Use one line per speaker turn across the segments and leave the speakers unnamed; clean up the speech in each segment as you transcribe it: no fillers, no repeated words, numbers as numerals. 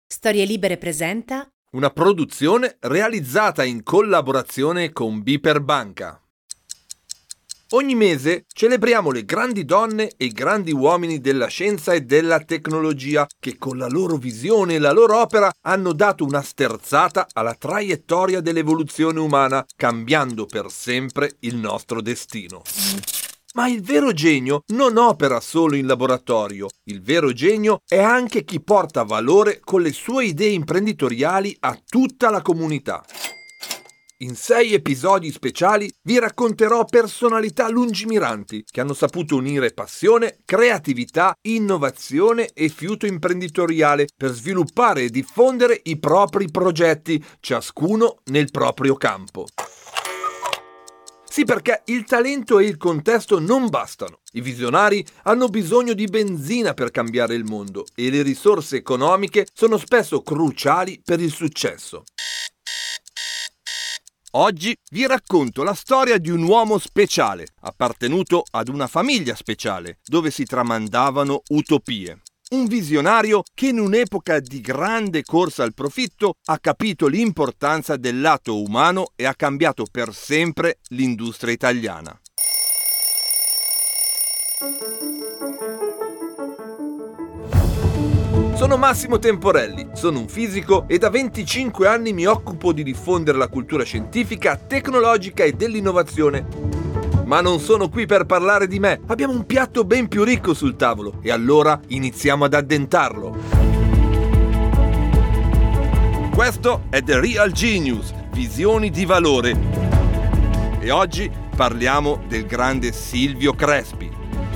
Storie Libere presenta
una produzione realizzata in collaborazione con Biper Banca. Ogni mese celebriamo le grandi donne e i grandi uomini della scienza e della tecnologia che con la loro visione e la loro opera hanno dato una sterzata alla traiettoria dell'evoluzione umana, cambiando per sempre il nostro destino. Ma il vero genio non opera solo in laboratorio, il vero genio è anche chi porta valore con le sue idee imprenditoriali a tutta la comunità. In 6 episodi speciali vi racconterò personalità lungimiranti che hanno saputo unire passione, creatività, innovazione e fiuto imprenditoriale per sviluppare e diffondere i propri progetti, ciascuno nel proprio campo. Sì, perché il talento e il contesto non bastano. I visionari hanno bisogno di benzina per cambiare il mondo e le risorse economiche sono spesso cruciali per il successo. Oggi vi racconto la storia di un uomo speciale, appartenuto ad una famiglia speciale, dove si tramandavano utopie. Un visionario che in un'epoca di grande corsa al profitto ha capito l'importanza del lato umano e ha cambiato per sempre l'industria italiana. Sono Massimo Temporelli, sono un fisico e da 25 anni mi occupo di diffondere la cultura scientifica, tecnologica e dell'innovazione. Ma non sono qui per parlare di me, abbiamo un piatto ben più ricco sul tavolo e allora iniziamo ad addentarlo. Questo è The Real Genius, visioni di valore. E oggi parliamo del grande Silvio Crespi.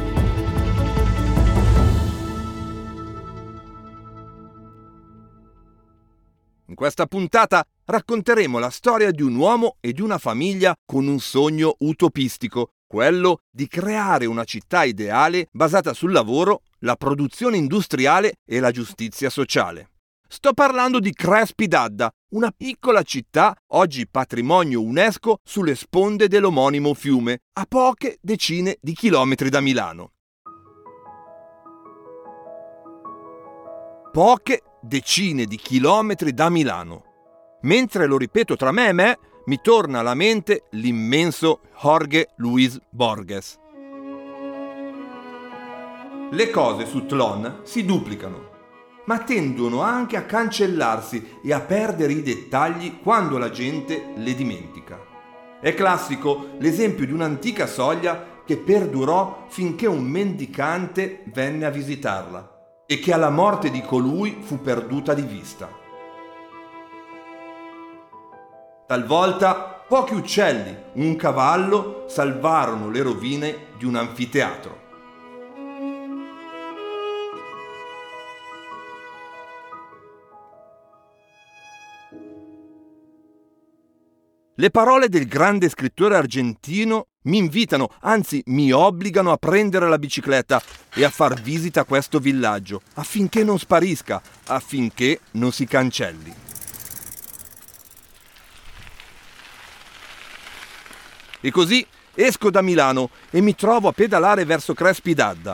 In questa puntata racconteremo la storia di un uomo e di una famiglia con un sogno utopistico, quello di creare una città ideale basata sul lavoro, la produzione industriale e la giustizia sociale. Sto parlando di Crespi d'Adda, una piccola città oggi patrimonio UNESCO sulle sponde dell'omonimo fiume, a poche decine di chilometri da Milano. Poche decine di chilometri da Milano. Mentre lo ripeto tra me e me, mi torna alla mente l'immenso Jorge Luis Borges. Le cose su Tlön si duplicano, ma tendono anche a cancellarsi e a perdere i dettagli quando la gente le dimentica. È classico l'esempio di un'antica soglia che perdurò finché un mendicante venne a visitarla e che alla morte di colui fu perduta di vista. Talvolta pochi uccelli, un cavallo salvarono le rovine di un anfiteatro. Le parole del grande scrittore argentino mi invitano, anzi mi obbligano a prendere la bicicletta e a far visita a questo villaggio, affinché non sparisca, affinché non si cancelli. E così esco da Milano e mi trovo a pedalare verso Crespi d'Adda.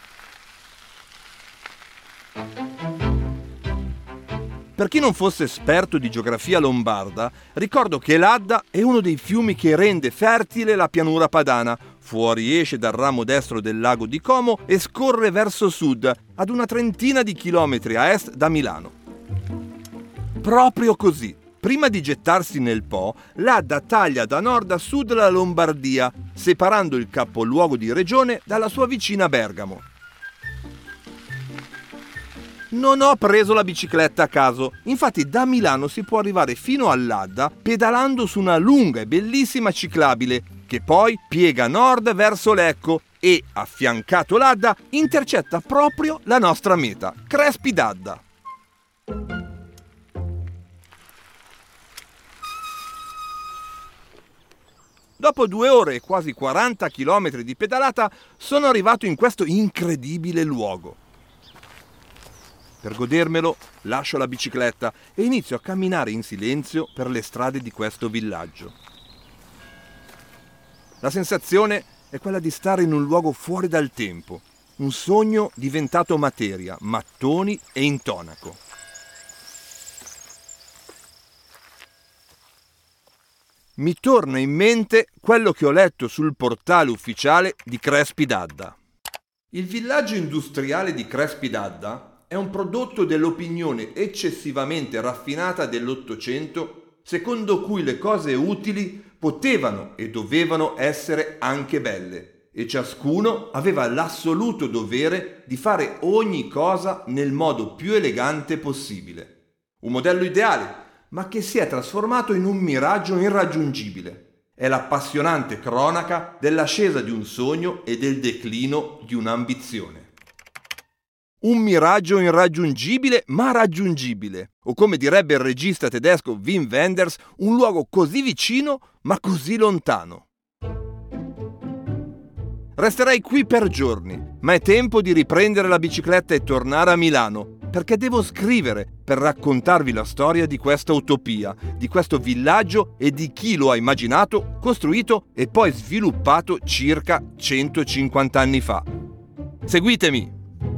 Per chi non fosse esperto di geografia lombarda, ricordo che l'Adda è uno dei fiumi che rende fertile la pianura padana, fuoriesce dal ramo destro del lago di Como e scorre verso sud, ad una trentina di chilometri a est da Milano. Proprio così, prima di gettarsi nel Po, l'Adda taglia da nord a sud la Lombardia, separando il capoluogo di regione dalla sua vicina Bergamo. Non ho preso la bicicletta a caso, infatti da Milano si può arrivare fino all'Adda pedalando su una lunga e bellissima ciclabile che poi piega a nord verso Lecco e, affiancato l'Adda, intercetta proprio la nostra meta, Crespi d'Adda. Dopo 2 ore e quasi 40 chilometri di pedalata sono arrivato in questo incredibile luogo. Per godermelo lascio la bicicletta e inizio a camminare in silenzio per le strade di questo villaggio. La sensazione è quella di stare in un luogo fuori dal tempo, un sogno diventato materia, mattoni e intonaco. mi torna in mente quello che ho letto sul portale ufficiale di Crespi d'Adda. Il villaggio industriale di Crespi d'Adda è un prodotto dell'opinione eccessivamente raffinata dell'Ottocento, secondo cui le cose utili potevano e dovevano essere anche belle, e ciascuno aveva l'assoluto dovere di fare ogni cosa nel modo più elegante possibile. Un modello ideale, ma che si è trasformato in un miraggio irraggiungibile. È l'appassionante cronaca dell'ascesa di un sogno e del declino di un'ambizione. Un miraggio irraggiungibile ma raggiungibile, o come direbbe il regista tedesco Wim Wenders, un luogo così vicino ma così lontano. Resterei qui per giorni, ma è tempo di riprendere la bicicletta e tornare a Milano, perché devo scrivere per raccontarvi la storia di questa utopia, di questo villaggio e di chi lo ha immaginato, costruito e poi sviluppato circa 150 anni fa. Seguitemi!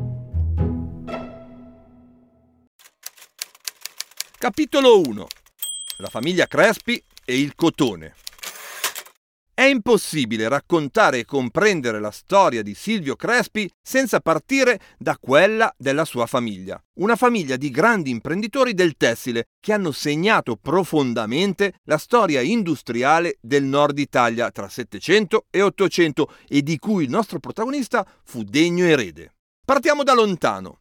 Capitolo 1. La famiglia Crespi e il cotone. È impossibile raccontare e comprendere la storia di Silvio Crespi senza partire da quella della sua famiglia. Una famiglia di grandi imprenditori del tessile che hanno segnato profondamente la storia industriale del nord Italia tra Settecento e Ottocento e di cui il nostro protagonista fu degno erede. Partiamo da lontano.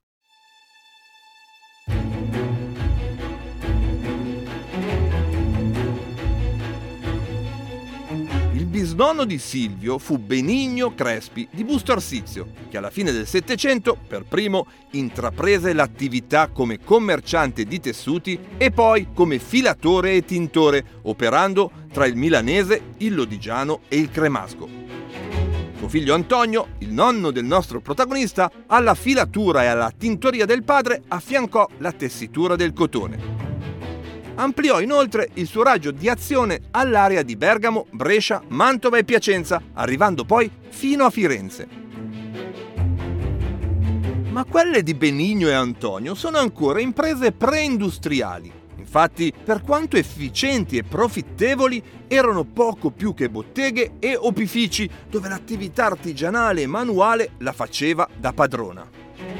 Il bisnonno di Silvio fu Benigno Crespi di Busto Arsizio, che alla fine del Settecento, per primo, intraprese l'attività come commerciante di tessuti e poi come filatore e tintore, operando tra il milanese, il lodigiano e il cremasco. Suo figlio Antonio, il nonno del nostro protagonista, alla filatura e alla tintoria del padre affiancò la tessitura del cotone. Ampliò inoltre il suo raggio di azione all'area di Bergamo, Brescia, Mantova e Piacenza, arrivando poi fino a Firenze. Ma quelle di Benigno e Antonio sono ancora imprese preindustriali. Infatti, per quanto efficienti e profittevoli, erano poco più che botteghe e opifici dove l'attività artigianale e manuale la faceva da padrona.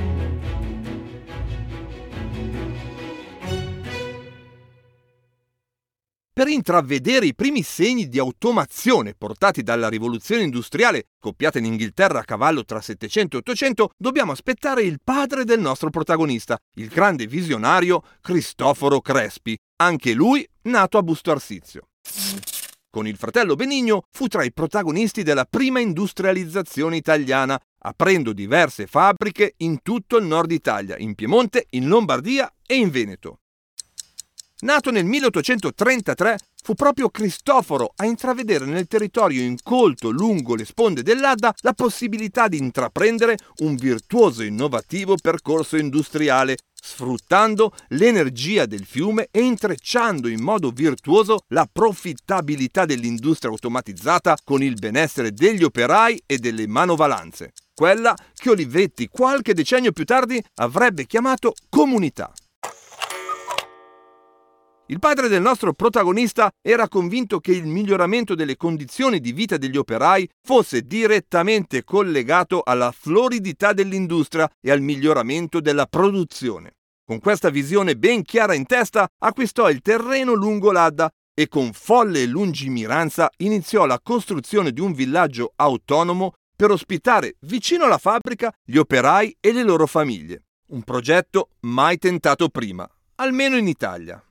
Per intravedere i primi segni di automazione portati dalla rivoluzione industriale scoppiata in Inghilterra a cavallo tra Settecento e Ottocento, dobbiamo aspettare il padre del nostro protagonista, il grande visionario Cristoforo Crespi, anche lui nato a Busto Arsizio. Con il fratello Benigno fu tra i protagonisti della prima industrializzazione italiana, aprendo diverse fabbriche in tutto il nord Italia, in Piemonte, in Lombardia e in Veneto. Nato nel 1833, fu proprio Cristoforo a intravedere nel territorio incolto lungo le sponde dell'Adda la possibilità di intraprendere un virtuoso e innovativo percorso industriale, sfruttando l'energia del fiume e intrecciando in modo virtuoso la profittabilità dell'industria automatizzata con il benessere degli operai e delle manovalanze, quella che Olivetti qualche decennio più tardi avrebbe chiamato comunità. Il padre del nostro protagonista era convinto che il miglioramento delle condizioni di vita degli operai fosse direttamente collegato alla floridità dell'industria e al miglioramento della produzione. Con questa visione ben chiara in testa, acquistò il terreno lungo l'Adda e con folle lungimiranza iniziò la costruzione di un villaggio autonomo per ospitare vicino alla fabbrica gli operai e le loro famiglie. Un progetto mai tentato prima, almeno in Italia.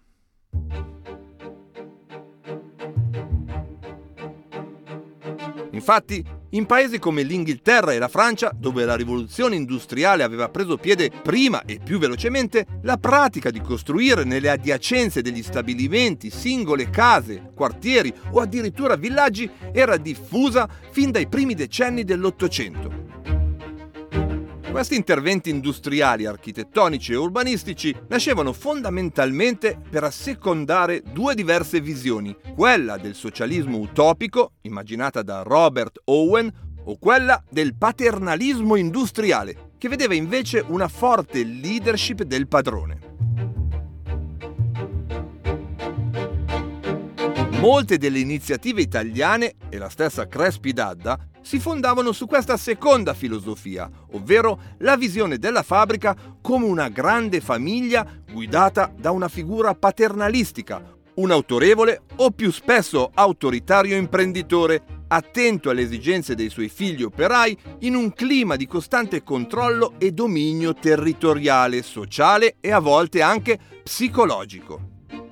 Infatti, in paesi come l'Inghilterra e la Francia, dove la rivoluzione industriale aveva preso piede prima e più velocemente, la pratica di costruire nelle adiacenze degli stabilimenti singole case, quartieri o addirittura villaggi era diffusa fin dai primi decenni dell'Ottocento. Questi interventi industriali, architettonici e urbanistici nascevano fondamentalmente per assecondare due diverse visioni, quella del socialismo utopico, immaginata da Robert Owen, o quella del paternalismo industriale, che vedeva invece una forte leadership del padrone. Molte delle iniziative italiane e la stessa Crespi D'Adda si fondavano su questa seconda filosofia, ovvero la visione della fabbrica come una grande famiglia guidata da una figura paternalistica, un autorevole o più spesso autoritario imprenditore, attento alle esigenze dei suoi figli operai in un clima di costante controllo e dominio territoriale, sociale e a volte anche psicologico.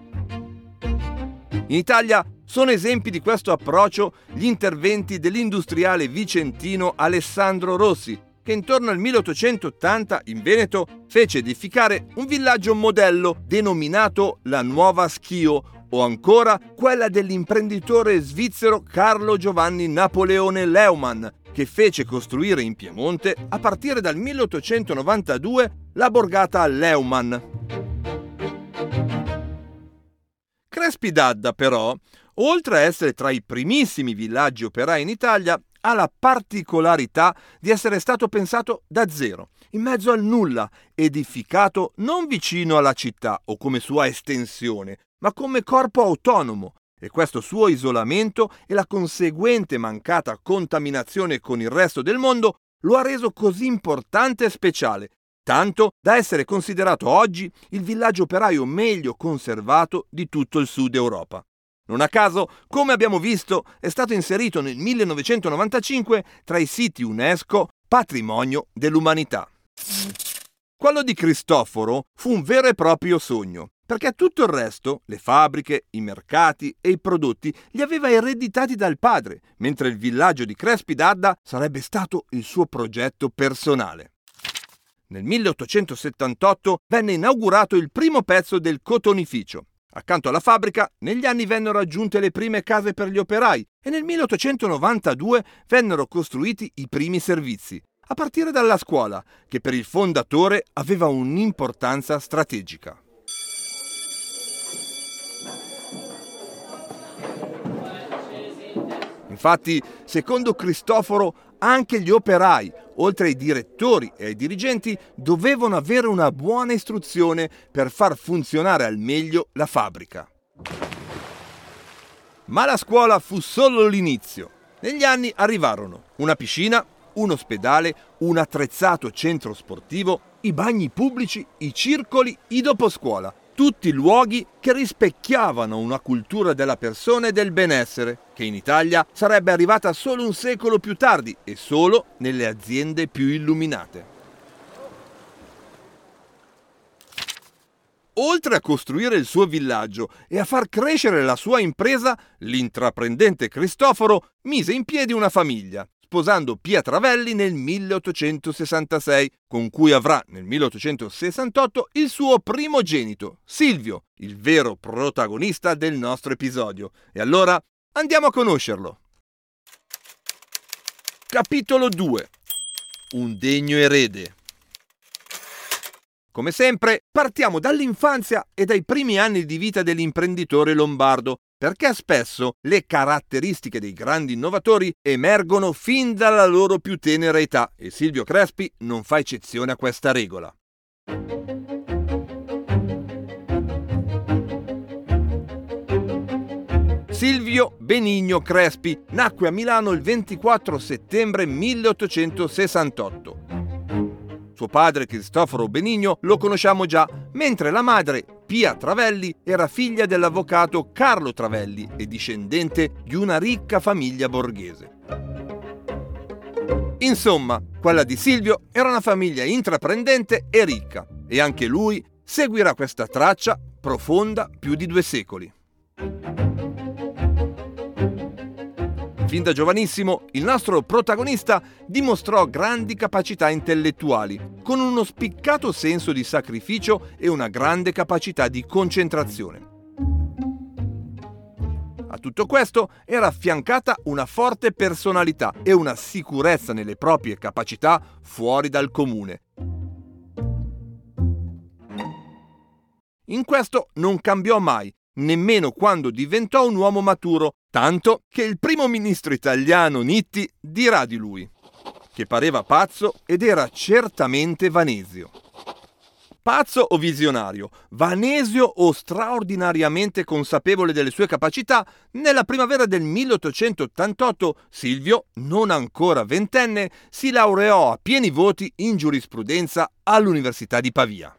In Italia sono esempi di questo approccio gli interventi dell'industriale vicentino Alessandro Rossi, che intorno al 1880 in Veneto fece edificare un villaggio modello denominato la Nuova Schio, o ancora quella dell'imprenditore svizzero Carlo Giovanni Napoleone Leumann, che fece costruire in Piemonte, a partire dal 1892, la borgata Leumann. Crespi D'Adda, però, oltre a essere tra i primissimi villaggi operai in Italia, ha la particolarità di essere stato pensato da zero, in mezzo al nulla, edificato non vicino alla città o come sua estensione, ma come corpo autonomo, e questo suo isolamento e la conseguente mancata contaminazione con il resto del mondo lo ha reso così importante e speciale, tanto da essere considerato oggi il villaggio operaio meglio conservato di tutto il sud Europa. Non a caso, come abbiamo visto, è stato inserito nel 1995 tra i siti UNESCO Patrimonio dell'Umanità. Quello di Cristoforo fu un vero e proprio sogno, perché tutto il resto, le fabbriche, i mercati e i prodotti, li aveva ereditati dal padre, mentre il villaggio di Crespi D'Adda sarebbe stato il suo progetto personale. Nel 1878 venne inaugurato il primo pezzo del cotonificio. Accanto alla fabbrica, negli anni vennero aggiunte le prime case per gli operai e nel 1892 vennero costruiti i primi servizi, a partire dalla scuola, che per il fondatore aveva un'importanza strategica. Infatti, secondo Cristoforo, anche gli operai, oltre ai direttori e ai dirigenti, dovevano avere una buona istruzione per far funzionare al meglio la fabbrica. Ma la scuola fu solo l'inizio. Negli anni arrivarono una piscina, un ospedale, un attrezzato centro sportivo, i bagni pubblici, i circoli, i doposcuola. Tutti luoghi che rispecchiavano una cultura della persona e del benessere, che in Italia sarebbe arrivata solo un secolo più tardi e solo nelle aziende più illuminate. Oltre a costruire il suo villaggio e a far crescere la sua impresa, l'intraprendente Cristoforo mise in piedi una famiglia, sposando Pia Travelli nel 1866, con cui avrà nel 1868 il suo primogenito, Silvio, il vero protagonista del nostro episodio. E allora andiamo a conoscerlo. Capitolo 2. Un degno erede. Come sempre, partiamo dall'infanzia e dai primi anni di vita dell'imprenditore lombardo, perché spesso le caratteristiche dei grandi innovatori emergono fin dalla loro più tenera età e Silvio Crespi non fa eccezione a questa regola. Silvio Benigno Crespi nacque a Milano il 24 settembre 1868. Suo padre Cristoforo Benigno lo conosciamo già, mentre la madre Pia Travelli era figlia dell'avvocato Carlo Travelli e discendente di una ricca famiglia borghese. Insomma, quella di Silvio era una famiglia intraprendente e ricca, e anche lui seguirà questa traccia profonda più di 2 secoli. Fin da giovanissimo, il nostro protagonista dimostrò grandi capacità intellettuali, con uno spiccato senso di sacrificio e una grande capacità di concentrazione. A tutto questo era affiancata una forte personalità e una sicurezza nelle proprie capacità fuori dal comune. In questo non cambiò mai, nemmeno quando diventò un uomo maturo, tanto che il primo ministro italiano Nitti dirà di lui che pareva pazzo ed era certamente vanesio. pazzo o visionario, vanesio o straordinariamente consapevole delle sue capacità, nella primavera del 1888 Silvio, non ancora ventenne, si laureò a pieni voti in giurisprudenza all'Università di Pavia.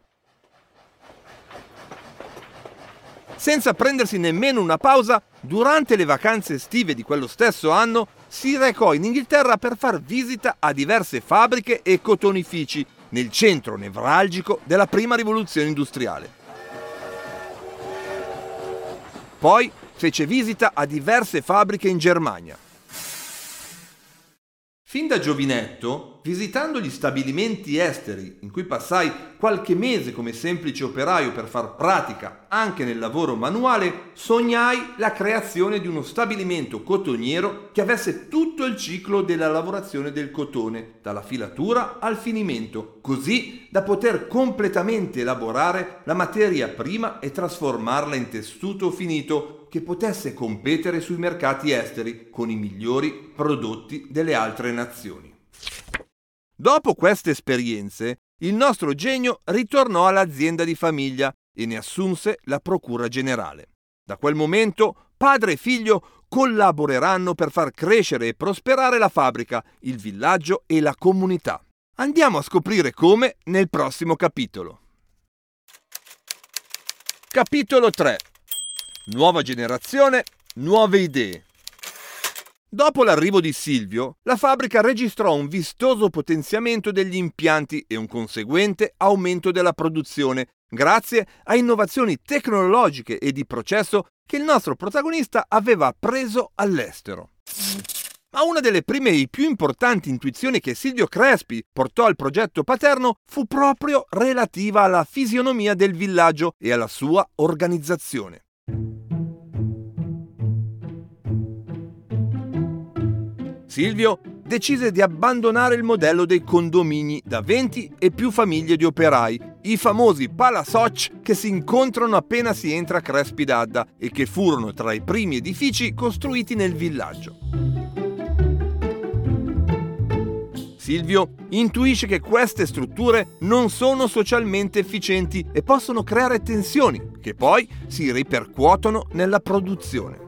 Senza prendersi nemmeno una pausa, durante le vacanze estive di quello stesso anno, si recò in Inghilterra per far visita a diverse fabbriche e cotonifici nel centro nevralgico della prima rivoluzione industriale. Poi fece visita a diverse fabbriche in Germania. Fin da giovinetto, visitando gli stabilimenti esteri, in cui passai qualche mese come semplice operaio per far pratica anche nel lavoro manuale, sognai la creazione di uno stabilimento cotoniero che avesse tutto il ciclo della lavorazione del cotone, dalla filatura al finimento, così da poter completamente elaborare la materia prima e trasformarla in tessuto finito che potesse competere sui mercati esteri con i migliori prodotti delle altre nazioni. Dopo queste esperienze, il nostro genio ritornò all'azienda di famiglia e ne assunse la procura generale. Da quel momento, padre e figlio collaboreranno per far crescere e prosperare la fabbrica, il villaggio e la comunità. Andiamo a scoprire come nel prossimo capitolo. Capitolo 3. Nuova generazione, nuove idee. Dopo l'arrivo di Silvio, la fabbrica registrò un vistoso potenziamento degli impianti e un conseguente aumento della produzione, grazie a innovazioni tecnologiche e di processo che il nostro protagonista aveva appreso all'estero. Ma una delle prime e più importanti intuizioni che Silvio Crespi portò al progetto paterno fu proprio relativa alla fisionomia del villaggio e alla sua organizzazione. Silvio decise di abbandonare il modello dei condomini da 20 e più famiglie di operai, i famosi palasoc che si incontrano appena si entra a Crespi d'Adda e che furono tra i primi edifici costruiti nel villaggio. Silvio intuisce che queste strutture non sono socialmente efficienti e possono creare tensioni che poi si ripercuotono nella produzione.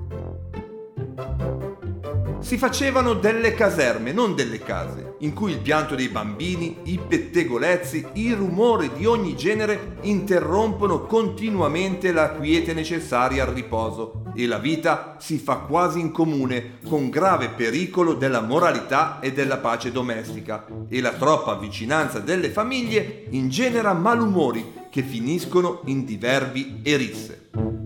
Si facevano delle caserme, non delle case, in cui il pianto dei bambini, i pettegolezzi, i rumori di ogni genere interrompono continuamente la quiete necessaria al riposo e la vita si fa quasi in comune, con grave pericolo della moralità e della pace domestica, e la troppa vicinanza delle famiglie ingenera malumori che finiscono in diverbi e risse.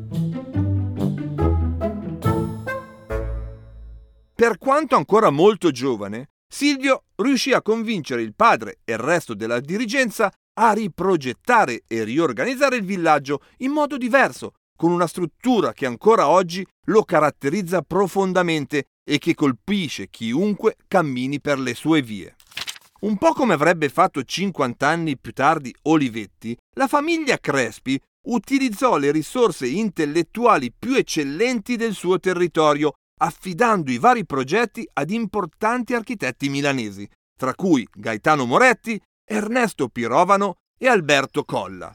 Per quanto ancora molto giovane, Silvio riuscì a convincere il padre e il resto della dirigenza a riprogettare e riorganizzare il villaggio in modo diverso, con una struttura che ancora oggi lo caratterizza profondamente e che colpisce chiunque cammini per le sue vie. Un po' come avrebbe fatto 50 anni più tardi Olivetti, la famiglia Crespi utilizzò le risorse intellettuali più eccellenti del suo territorio, affidando i vari progetti ad importanti architetti milanesi, tra cui Gaetano Moretti, Ernesto Pirovano e Alberto Colla.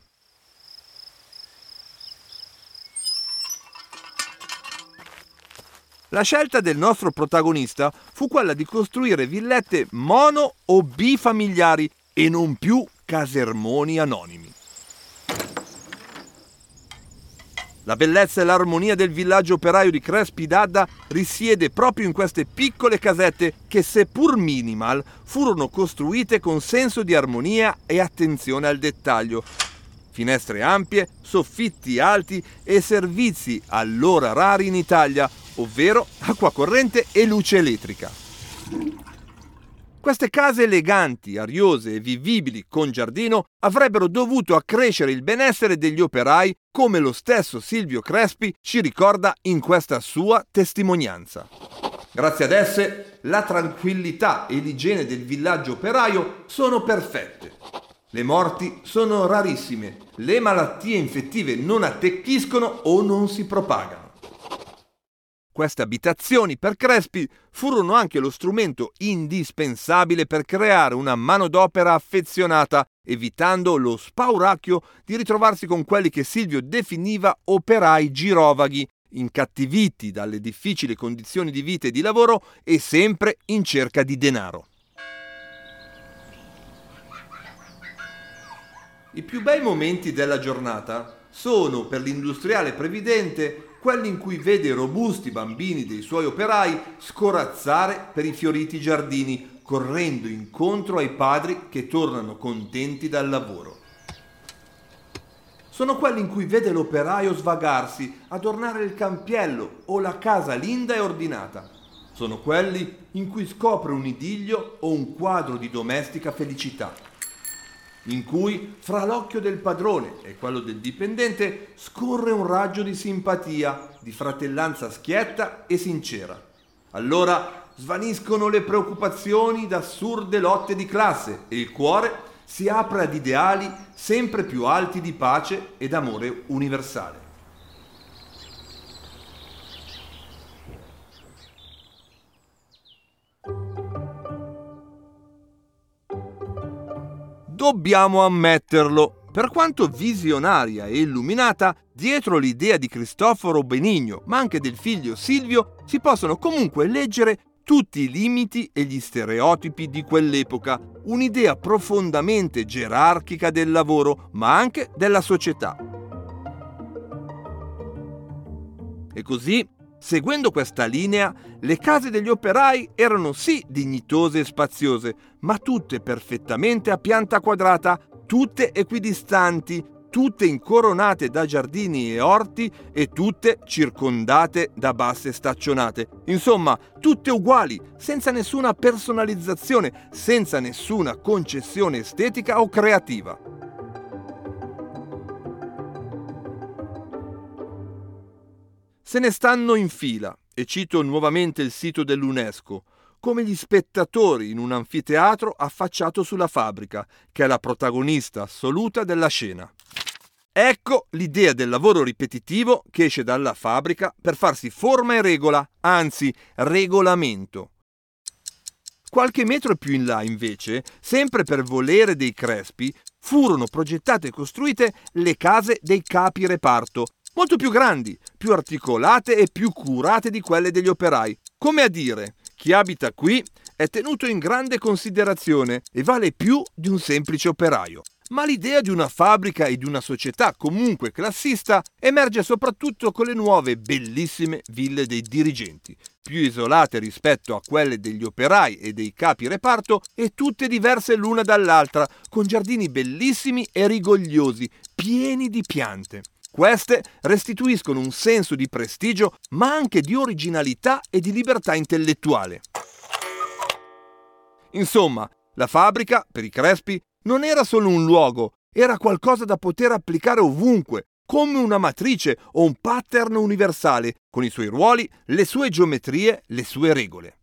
La scelta del nostro protagonista fu quella di costruire villette mono o bifamiliari e non più casermoni anonimi. La bellezza e l'armonia del villaggio operaio di Crespi d'Adda risiede proprio in queste piccole casette che, seppur minimal, furono costruite con senso di armonia e attenzione al dettaglio. Finestre ampie, soffitti alti e servizi allora rari in Italia, ovvero acqua corrente e luce elettrica. Queste case eleganti, ariose e vivibili con giardino avrebbero dovuto accrescere il benessere degli operai, come lo stesso Silvio Crespi ci ricorda in questa sua testimonianza. Grazie ad esse, la tranquillità e l'igiene del villaggio operaio sono perfette. Le morti sono rarissime, le malattie infettive non attecchiscono o non si propagano. Queste abitazioni per Crespi furono anche lo strumento indispensabile per creare una manodopera affezionata, evitando lo spauracchio di ritrovarsi con quelli che Silvio definiva operai girovaghi, incattiviti dalle difficili condizioni di vita e di lavoro e sempre in cerca di denaro. I più bei momenti della giornata sono per l'industriale previdente quelli in cui vede i robusti bambini dei suoi operai scorazzare per i fioriti giardini, correndo incontro ai padri che tornano contenti dal lavoro. Sono quelli in cui vede l'operaio svagarsi, adornare il campiello o la casa linda e ordinata. Sono quelli in cui scopre un idillio o un quadro di domestica felicità, in cui fra l'occhio del padrone e quello del dipendente scorre un raggio di simpatia, di fratellanza schietta e sincera. Allora svaniscono le preoccupazioni da assurde lotte di classe e il cuore si apre ad ideali sempre più alti di pace ed amore universale. Dobbiamo ammetterlo, per quanto visionaria e illuminata, dietro l'idea di Cristoforo Benigno, ma anche del figlio Silvio, si possono comunque leggere tutti i limiti e gli stereotipi di quell'epoca, un'idea profondamente gerarchica del lavoro, ma anche della società. E così, seguendo questa linea, le case degli operai erano sì dignitose e spaziose, ma tutte perfettamente a pianta quadrata, tutte equidistanti, tutte incoronate da giardini e orti e tutte circondate da basse staccionate. Insomma, tutte uguali, senza nessuna personalizzazione, senza nessuna concessione estetica o creativa. Se ne stanno in fila, e cito nuovamente il sito dell'UNESCO, come gli spettatori in un anfiteatro affacciato sulla fabbrica, che è la protagonista assoluta della scena. Ecco l'idea del lavoro ripetitivo che esce dalla fabbrica per farsi forma e regola, anzi regolamento. Qualche metro più in là, invece, sempre per volere dei Crespi, furono progettate e costruite le case dei capi reparto, molto più grandi, più articolate e più curate di quelle degli operai. Come a dire, chi abita qui è tenuto in grande considerazione e vale più di un semplice operaio. Ma l'idea di una fabbrica e di una società comunque classista emerge soprattutto con le nuove bellissime ville dei dirigenti, più isolate rispetto a quelle degli operai e dei capi reparto e tutte diverse l'una dall'altra, con giardini bellissimi e rigogliosi, pieni di piante. Queste restituiscono un senso di prestigio, ma anche di originalità e di libertà intellettuale. Insomma, la fabbrica, per i Crespi, non era solo un luogo, era qualcosa da poter applicare ovunque, come una matrice o un pattern universale, con i suoi ruoli, le sue geometrie, le sue regole.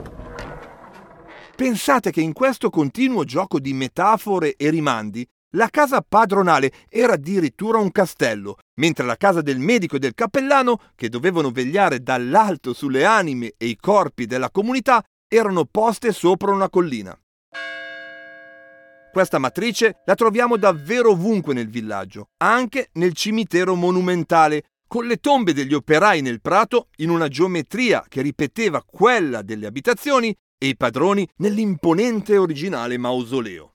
Pensate che in questo continuo gioco di metafore e rimandi, la casa padronale era addirittura un castello, mentre la casa del medico e del cappellano, che dovevano vegliare dall'alto sulle anime e i corpi della comunità, erano poste sopra una collina. Questa matrice la troviamo davvero ovunque nel villaggio, anche nel cimitero monumentale, con le tombe degli operai nel prato in una geometria che ripeteva quella delle abitazioni e i padroni nell'imponente e originale mausoleo.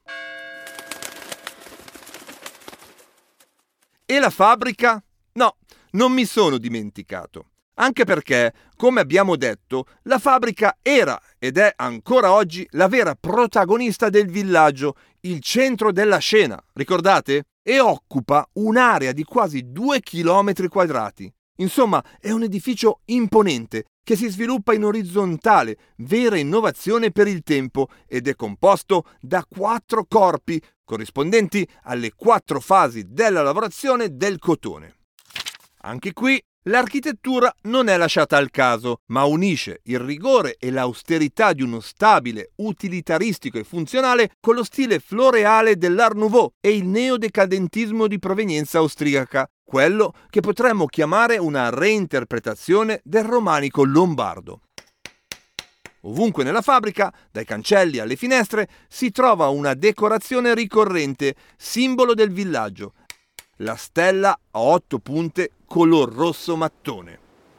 E la fabbrica? No, non mi sono dimenticato. Anche perché, come abbiamo detto, la fabbrica era ed è ancora oggi la vera protagonista del villaggio, il centro della scena, ricordate? E occupa un'area di quasi 2 chilometri quadrati. Insomma, è un edificio imponente che si sviluppa in orizzontale, vera innovazione per il tempo, ed è composto da 4 corpi, corrispondenti alle 4 fasi della lavorazione del cotone. Anche qui l'architettura non è lasciata al caso, ma unisce il rigore e l'austerità di uno stabile, utilitaristico e funzionale con lo stile floreale dell'Art Nouveau e il neodecadentismo di provenienza austriaca, quello che potremmo chiamare una reinterpretazione del romanico lombardo. Ovunque nella fabbrica, dai cancelli alle finestre, si trova una decorazione ricorrente, simbolo del villaggio, la stella a 8 punte color rosso mattone.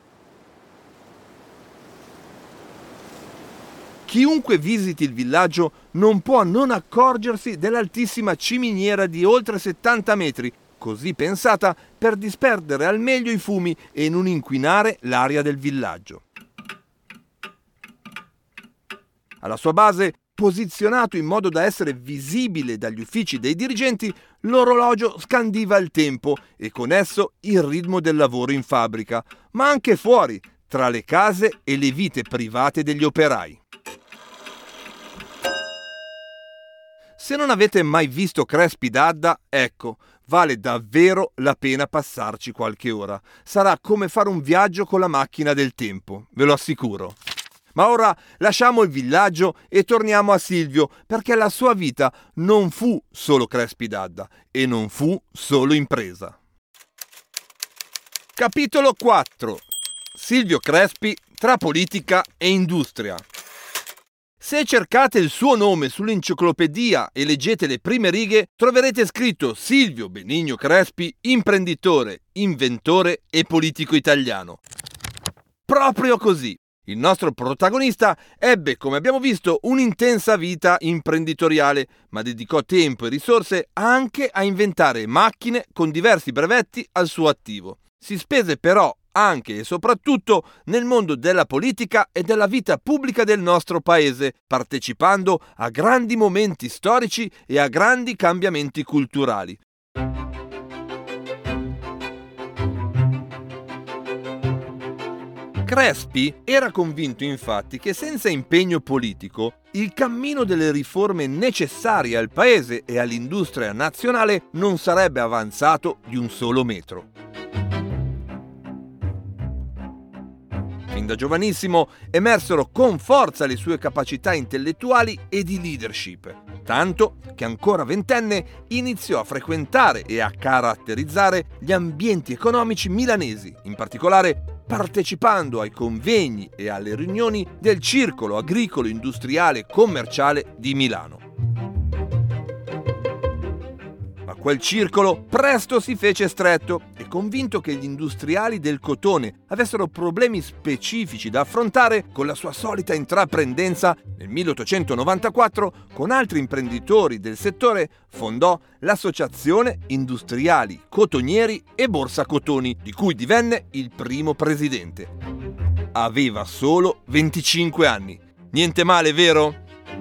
Chiunque visiti il villaggio non può non accorgersi dell'altissima ciminiera di oltre 70 metri, così pensata per disperdere al meglio i fumi e non inquinare l'aria del villaggio. Alla sua base, posizionato in modo da essere visibile dagli uffici dei dirigenti, l'orologio scandiva il tempo e con esso il ritmo del lavoro in fabbrica, ma anche fuori, tra le case e le vite private degli operai. Se non avete mai visto Crespi D'Adda, ecco, vale davvero la pena passarci qualche ora. Sarà come fare un viaggio con la macchina del tempo, ve lo assicuro. Ma ora lasciamo il villaggio e torniamo a Silvio, perché la sua vita non fu solo Crespi D'Adda e non fu solo impresa. Capitolo 4. Silvio Crespi tra politica e industria. Se cercate il suo nome sull'enciclopedia e leggete le prime righe, troverete scritto Silvio Benigno Crespi, imprenditore, inventore e politico italiano. Proprio così. Il nostro protagonista ebbe, come abbiamo visto, un'intensa vita imprenditoriale, ma dedicò tempo e risorse anche a inventare macchine con diversi brevetti al suo attivo. Si spese però anche e soprattutto nel mondo della politica e della vita pubblica del nostro paese, partecipando a grandi momenti storici e a grandi cambiamenti culturali. Crespi era convinto infatti che senza impegno politico il cammino delle riforme necessarie al paese e all'industria nazionale non sarebbe avanzato di un solo metro. Fin da giovanissimo emersero con forza le sue capacità intellettuali e di leadership, tanto che ancora ventenne iniziò a frequentare e a caratterizzare gli ambienti economici milanesi, in particolare partecipando ai convegni e alle riunioni del Circolo Agricolo Industriale Commerciale di Milano. Ma quel circolo presto si fece stretto e convinto che gli industriali del cotone avessero problemi specifici da affrontare, con la sua solita intraprendenza, nel 1894 con altri imprenditori del settore fondò l'Associazione Industriali Cotonieri e Borsa Cotoni, di cui divenne il primo presidente. Aveva solo 25 anni. Niente male, vero?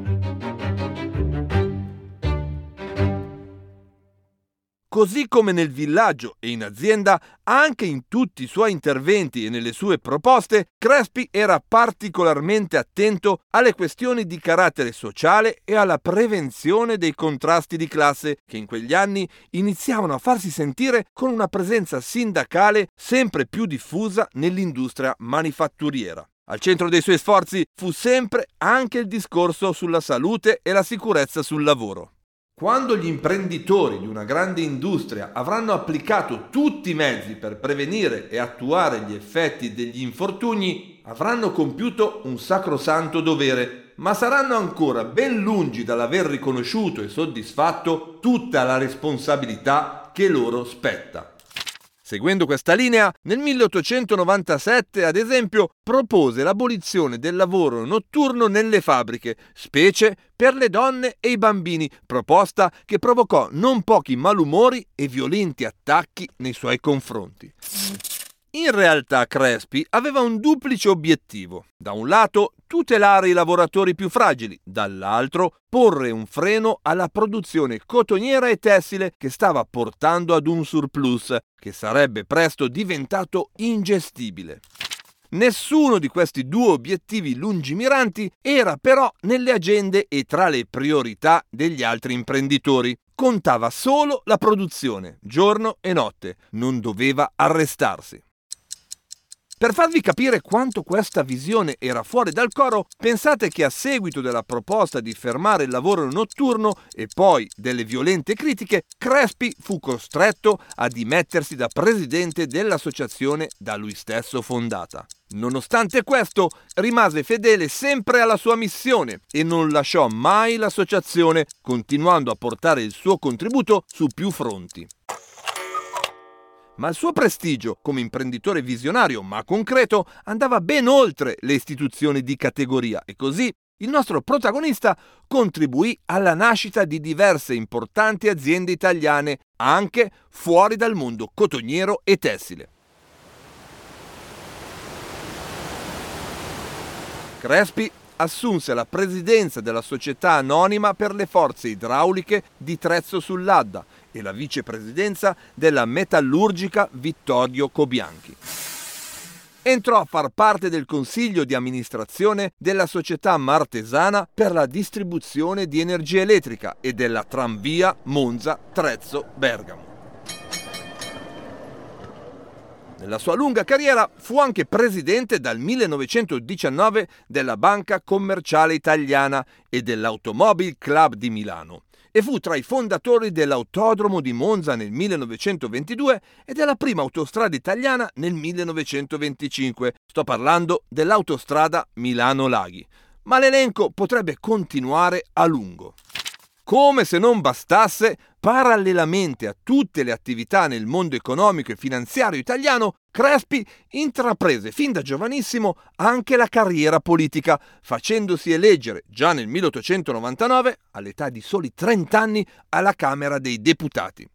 Così come nel villaggio e in azienda, anche in tutti i suoi interventi e nelle sue proposte, Crespi era particolarmente attento alle questioni di carattere sociale e alla prevenzione dei contrasti di classe che in quegli anni iniziavano a farsi sentire con una presenza sindacale sempre più diffusa nell'industria manifatturiera. Al centro dei suoi sforzi fu sempre anche il discorso sulla salute e la sicurezza sul lavoro. Quando gli imprenditori di una grande industria avranno applicato tutti i mezzi per prevenire e attuare gli effetti degli infortuni, avranno compiuto un sacrosanto dovere, ma saranno ancora ben lungi dall'aver riconosciuto e soddisfatto tutta la responsabilità che loro spetta. Seguendo questa linea, nel 1897, ad esempio, propose l'abolizione del lavoro notturno nelle fabbriche, specie per le donne e i bambini, proposta che provocò non pochi malumori e violenti attacchi nei suoi confronti. In realtà Crespi aveva un duplice obiettivo: da un lato tutelare i lavoratori più fragili, dall'altro porre un freno alla produzione cotoniera e tessile che stava portando ad un surplus che sarebbe presto diventato ingestibile. Nessuno di questi due obiettivi lungimiranti era però nelle agende e tra le priorità degli altri imprenditori. Contava solo la produzione, giorno e notte, non doveva arrestarsi. Per farvi capire quanto questa visione era fuori dal coro, pensate che a seguito della proposta di fermare il lavoro notturno e poi delle violente critiche, Crespi fu costretto a dimettersi da presidente dell'associazione da lui stesso fondata. Nonostante questo, rimase fedele sempre alla sua missione e non lasciò mai l'associazione, continuando a portare il suo contributo su più fronti. Ma il suo prestigio come imprenditore visionario ma concreto andava ben oltre le istituzioni di categoria e così il nostro protagonista contribuì alla nascita di diverse importanti aziende italiane anche fuori dal mondo cotoniero e tessile. Crespi assunse la presidenza della società anonima per le forze idrauliche di Trezzo sull'Adda e la vicepresidenza della metallurgica Vittorio Cobianchi. Entrò a far parte del consiglio di amministrazione della società martesana per la distribuzione di energia elettrica e della tranvia Monza-Trezzo-Bergamo. Nella sua lunga carriera fu anche presidente dal 1919 della Banca Commerciale Italiana e dell'Automobile Club di Milano e fu tra i fondatori dell'Autodromo di Monza nel 1922 e della prima autostrada italiana nel 1925. Sto parlando dell'autostrada Milano-Laghi. Ma l'elenco potrebbe continuare a lungo. Come se non bastasse, parallelamente a tutte le attività nel mondo economico e finanziario italiano, Crespi intraprese fin da giovanissimo anche la carriera politica, facendosi eleggere già nel 1899, all'età di soli 30 anni, alla Camera dei Deputati.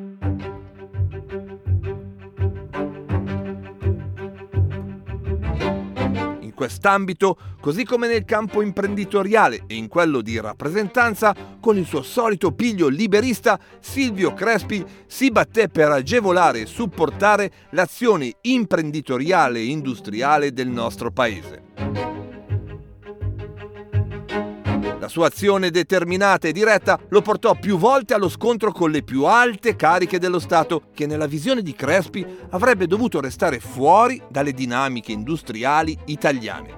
In quest'ambito, così come nel campo imprenditoriale e in quello di rappresentanza, con il suo solito piglio liberista, Silvio Crespi si batté per agevolare e supportare l'azione imprenditoriale e industriale del nostro paese. La sua azione determinata e diretta lo portò più volte allo scontro con le più alte cariche dello Stato, che nella visione di Crespi avrebbe dovuto restare fuori dalle dinamiche industriali italiane.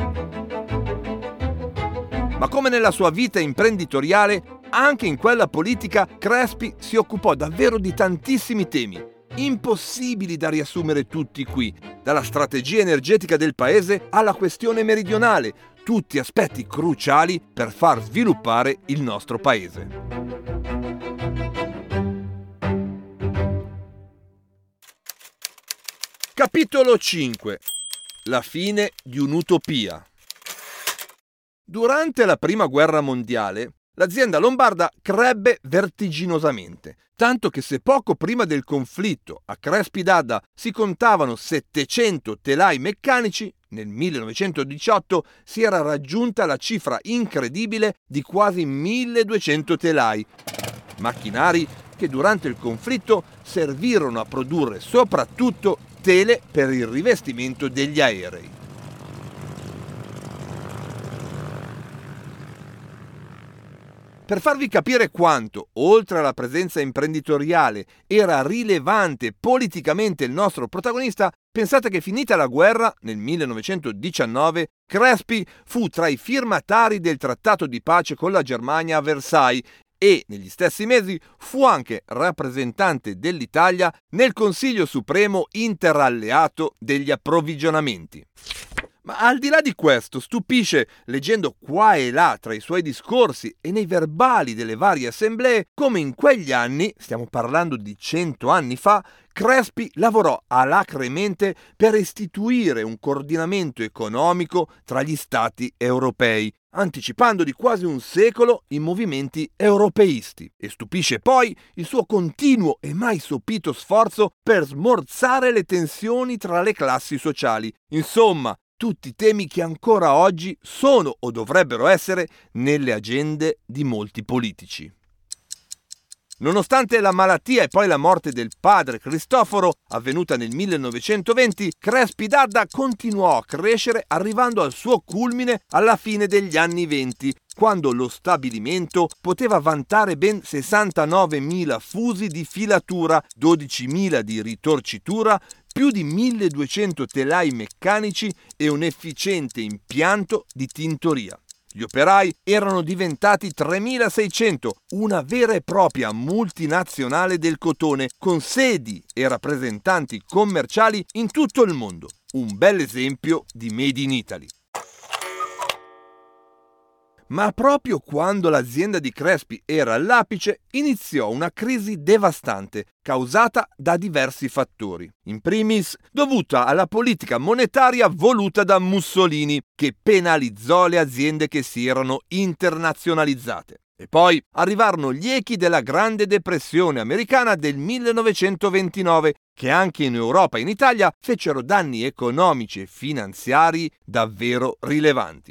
Ma come nella sua vita imprenditoriale, anche in quella politica Crespi si occupò davvero di tantissimi temi, impossibili da riassumere tutti qui, dalla strategia energetica del paese alla questione meridionale, tutti aspetti cruciali per far sviluppare il nostro paese. Capitolo 5. La fine di un'utopia. Durante la Prima Guerra Mondiale, l'azienda lombarda crebbe vertiginosamente, tanto che se poco prima del conflitto a Crespi d'Adda si contavano 700 telai meccanici, nel 1918 si era raggiunta la cifra incredibile di quasi 1200 telai, macchinari che durante il conflitto servirono a produrre soprattutto tele per il rivestimento degli aerei. Per farvi capire quanto, oltre alla presenza imprenditoriale, era rilevante politicamente il nostro protagonista, pensate che finita la guerra, nel 1919, Crespi fu tra i firmatari del trattato di pace con la Germania a Versailles e, negli stessi mesi, fu anche rappresentante dell'Italia nel Consiglio Supremo Interalleato degli Approvvigionamenti. Ma al di là di questo, stupisce, leggendo qua e là tra i suoi discorsi e nei verbali delle varie assemblee, come in quegli anni, stiamo parlando di 100 anni fa, Crespi lavorò alacremente per istituire un coordinamento economico tra gli stati europei, anticipando di quasi un secolo i movimenti europeisti. E stupisce poi il suo continuo e mai sopito sforzo per smorzare le tensioni tra le classi sociali. Insomma, tutti temi che ancora oggi sono o dovrebbero essere nelle agende di molti politici. Nonostante la malattia e poi la morte del padre Cristoforo, avvenuta nel 1920, Crespi d'Adda continuò a crescere arrivando al suo culmine alla fine degli anni 20, quando lo stabilimento poteva vantare ben 69.000 fusi di filatura, 12.000 di ritorcitura, più di 1200 telai meccanici e un efficiente impianto di tintoria. Gli operai erano diventati 3600, una vera e propria multinazionale del cotone, con sedi e rappresentanti commerciali in tutto il mondo. Un bel esempio di Made in Italy. Ma proprio quando l'azienda di Crespi era all'apice, iniziò una crisi devastante causata da diversi fattori. In primis, dovuta alla politica monetaria voluta da Mussolini, che penalizzò le aziende che si erano internazionalizzate. E poi arrivarono gli echi della Grande Depressione americana del 1929, che anche in Europa e in Italia fecero danni economici e finanziari davvero rilevanti.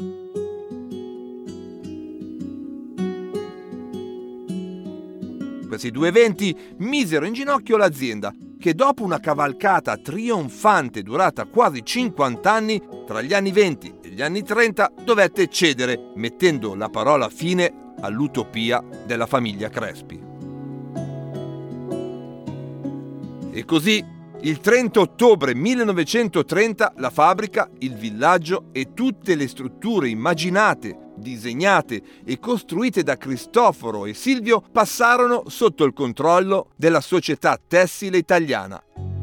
Questi due eventi misero in ginocchio l'azienda, che dopo una cavalcata trionfante durata quasi 50 anni, tra gli anni 20 e gli anni 30 dovette cedere, mettendo la parola fine all'utopia della famiglia Crespi. E così, il 30 ottobre 1930, la fabbrica, il villaggio e tutte le strutture immaginate, disegnate e costruite da Cristoforo e Silvio passarono sotto il controllo della società tessile italiana.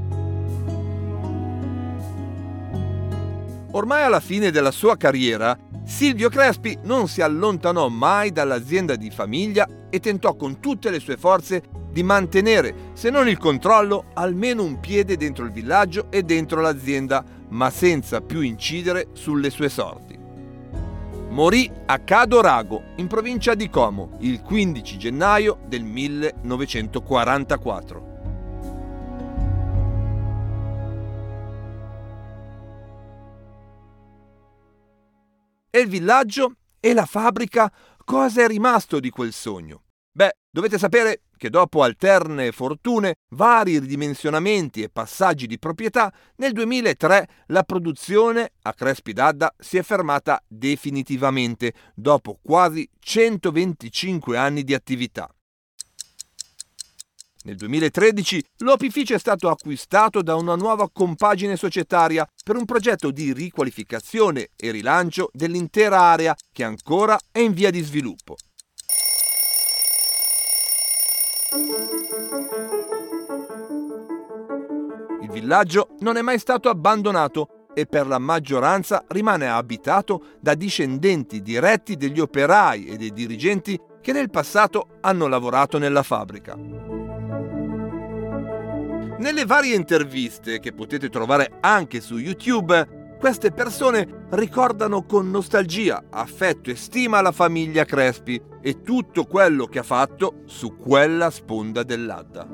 Ormai alla fine della sua carriera, Silvio Crespi non si allontanò mai dall'azienda di famiglia e tentò con tutte le sue forze di mantenere, se non il controllo, almeno un piede dentro il villaggio e dentro l'azienda, ma senza più incidere sulle sue sorti. Morì a Cadorago, in provincia di Como, il 15 gennaio del 1944. E il villaggio e la fabbrica, cosa è rimasto di quel sogno? Beh, dovete sapere che dopo alterne fortune, vari ridimensionamenti e passaggi di proprietà, nel 2003 la produzione a Crespi d'Adda si è fermata definitivamente, dopo quasi 125 anni di attività. Nel 2013 l'opificio è stato acquistato da una nuova compagine societaria per un progetto di riqualificazione e rilancio dell'intera area che ancora è in via di sviluppo. Il villaggio non è mai stato abbandonato e per la maggioranza rimane abitato da discendenti diretti degli operai e dei dirigenti che nel passato hanno lavorato nella fabbrica. Nelle varie interviste, che potete trovare anche su YouTube, queste persone ricordano con nostalgia, affetto e stima la famiglia Crespi e tutto quello che ha fatto su quella sponda dell'Adda.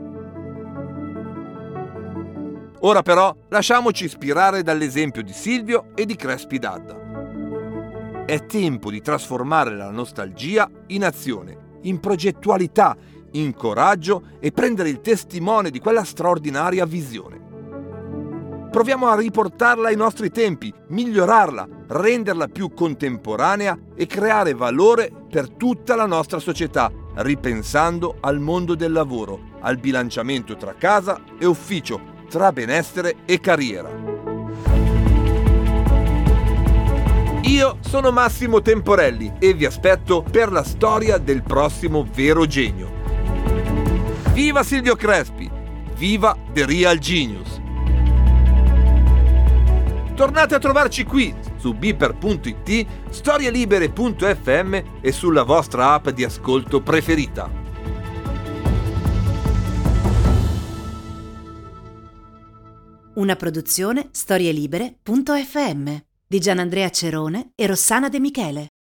Ora però lasciamoci ispirare dall'esempio di Silvio e di Crespi d'Adda. È tempo di trasformare la nostalgia in azione, in progettualità, in coraggio e prendere il testimone di quella straordinaria visione. Proviamo a riportarla ai nostri tempi, migliorarla, renderla più contemporanea e creare valore per tutta la nostra società, ripensando al mondo del lavoro, al bilanciamento tra casa e ufficio, tra benessere e carriera. Io sono Massimo Temporelli e vi aspetto per la storia del prossimo vero genio. Viva Silvio Crespi! Viva The Real Genius! Tornate a trovarci qui su beeper.it, storielibere.fm e sulla vostra app di ascolto preferita.
Una produzione storielibere.fm di Gianandrea Cerone e Rossana De Michele.